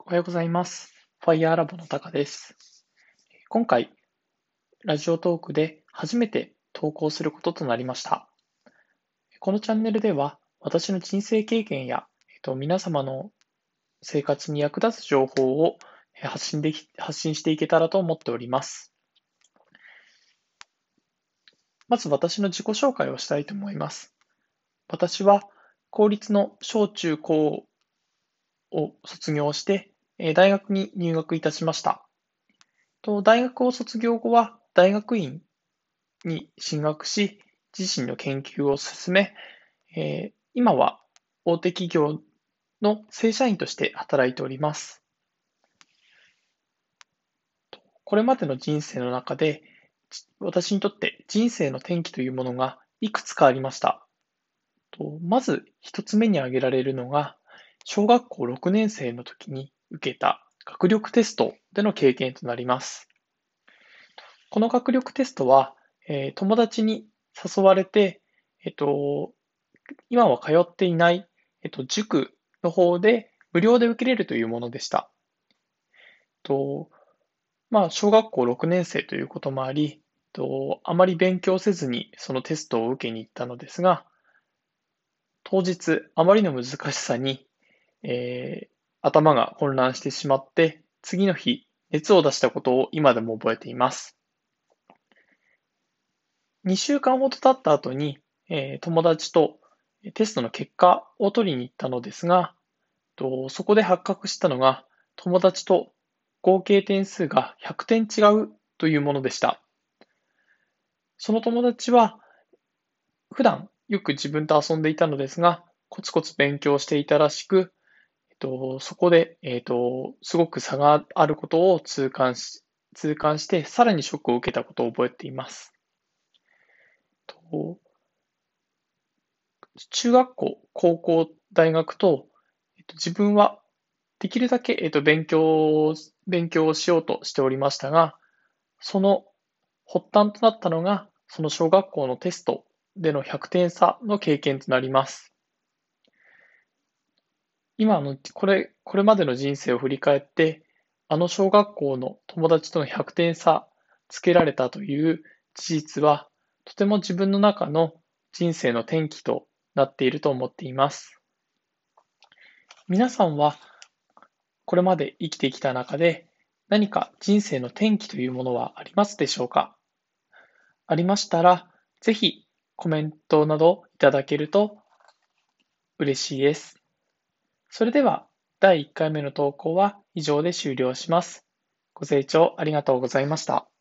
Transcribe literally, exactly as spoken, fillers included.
おはようございます。ファイヤーラボのタカです。今回、ラジオトークで初めて投稿することとなりました。このチャンネルでは、私の人生経験や、えっと、皆様の生活に役立つ情報をえ発信でき、発信していけたらと思っております。まず私の自己紹介をしたいと思います。私は、公立の小中高を卒業して、えー大学に入学いたしました。と大学を卒業後は大学院に進学し、自身の研究を進め、えー今は大手企業の正社員として働いております。これまでの人生の中で、私にとって人生の転機というものがいくつかありました。まず一つ目に挙げられるのが、小学校ろくねん生の時に受けた学力テストでの経験となります。この学力テストは、えー友達に誘われて、えっと、今は通っていない、えっと、塾の方で無料で受けれるというものでした。と、まあ、小学校ろくねん生ということもあり、と、あまり勉強せずにそのテストを受けに行ったのですが、当日、あまりの難しさに、えー頭が混乱してしまって、次の日、熱を出したことを今でも覚えています。にしゅうかんほど経った後に、えー友達とテストの結果を取りに行ったのですが、とそこで発覚したのが、友達と合計点数がひゃくてん違うというものでした。その友達は普段よく自分と遊んでいたのですが、コツコツ勉強していたらしく、えっと、そこで、えっと、すごく差があることを痛感し、痛感して、さらにショックを受けたことを覚えています。と中学校、高校、大学と、えっと、自分はできるだけ、えっと、勉強を、勉強をしようとしておりましたが、その発端となったのが、その小学校のテストでのひゃくてん差の経験となります。今の、これ、これまでの人生を振り返って、あの小学校の友達とのひゃくてん差つけられたという事実は、とても自分の中の人生の転機となっていると思っています。皆さんはこれまで生きてきた中で何か人生の転機というものはありますでしょうか？ありましたら、ぜひコメントなどいただけると嬉しいです。それではだいいっかいめの投稿は以上で終了します。ご清聴ありがとうございました。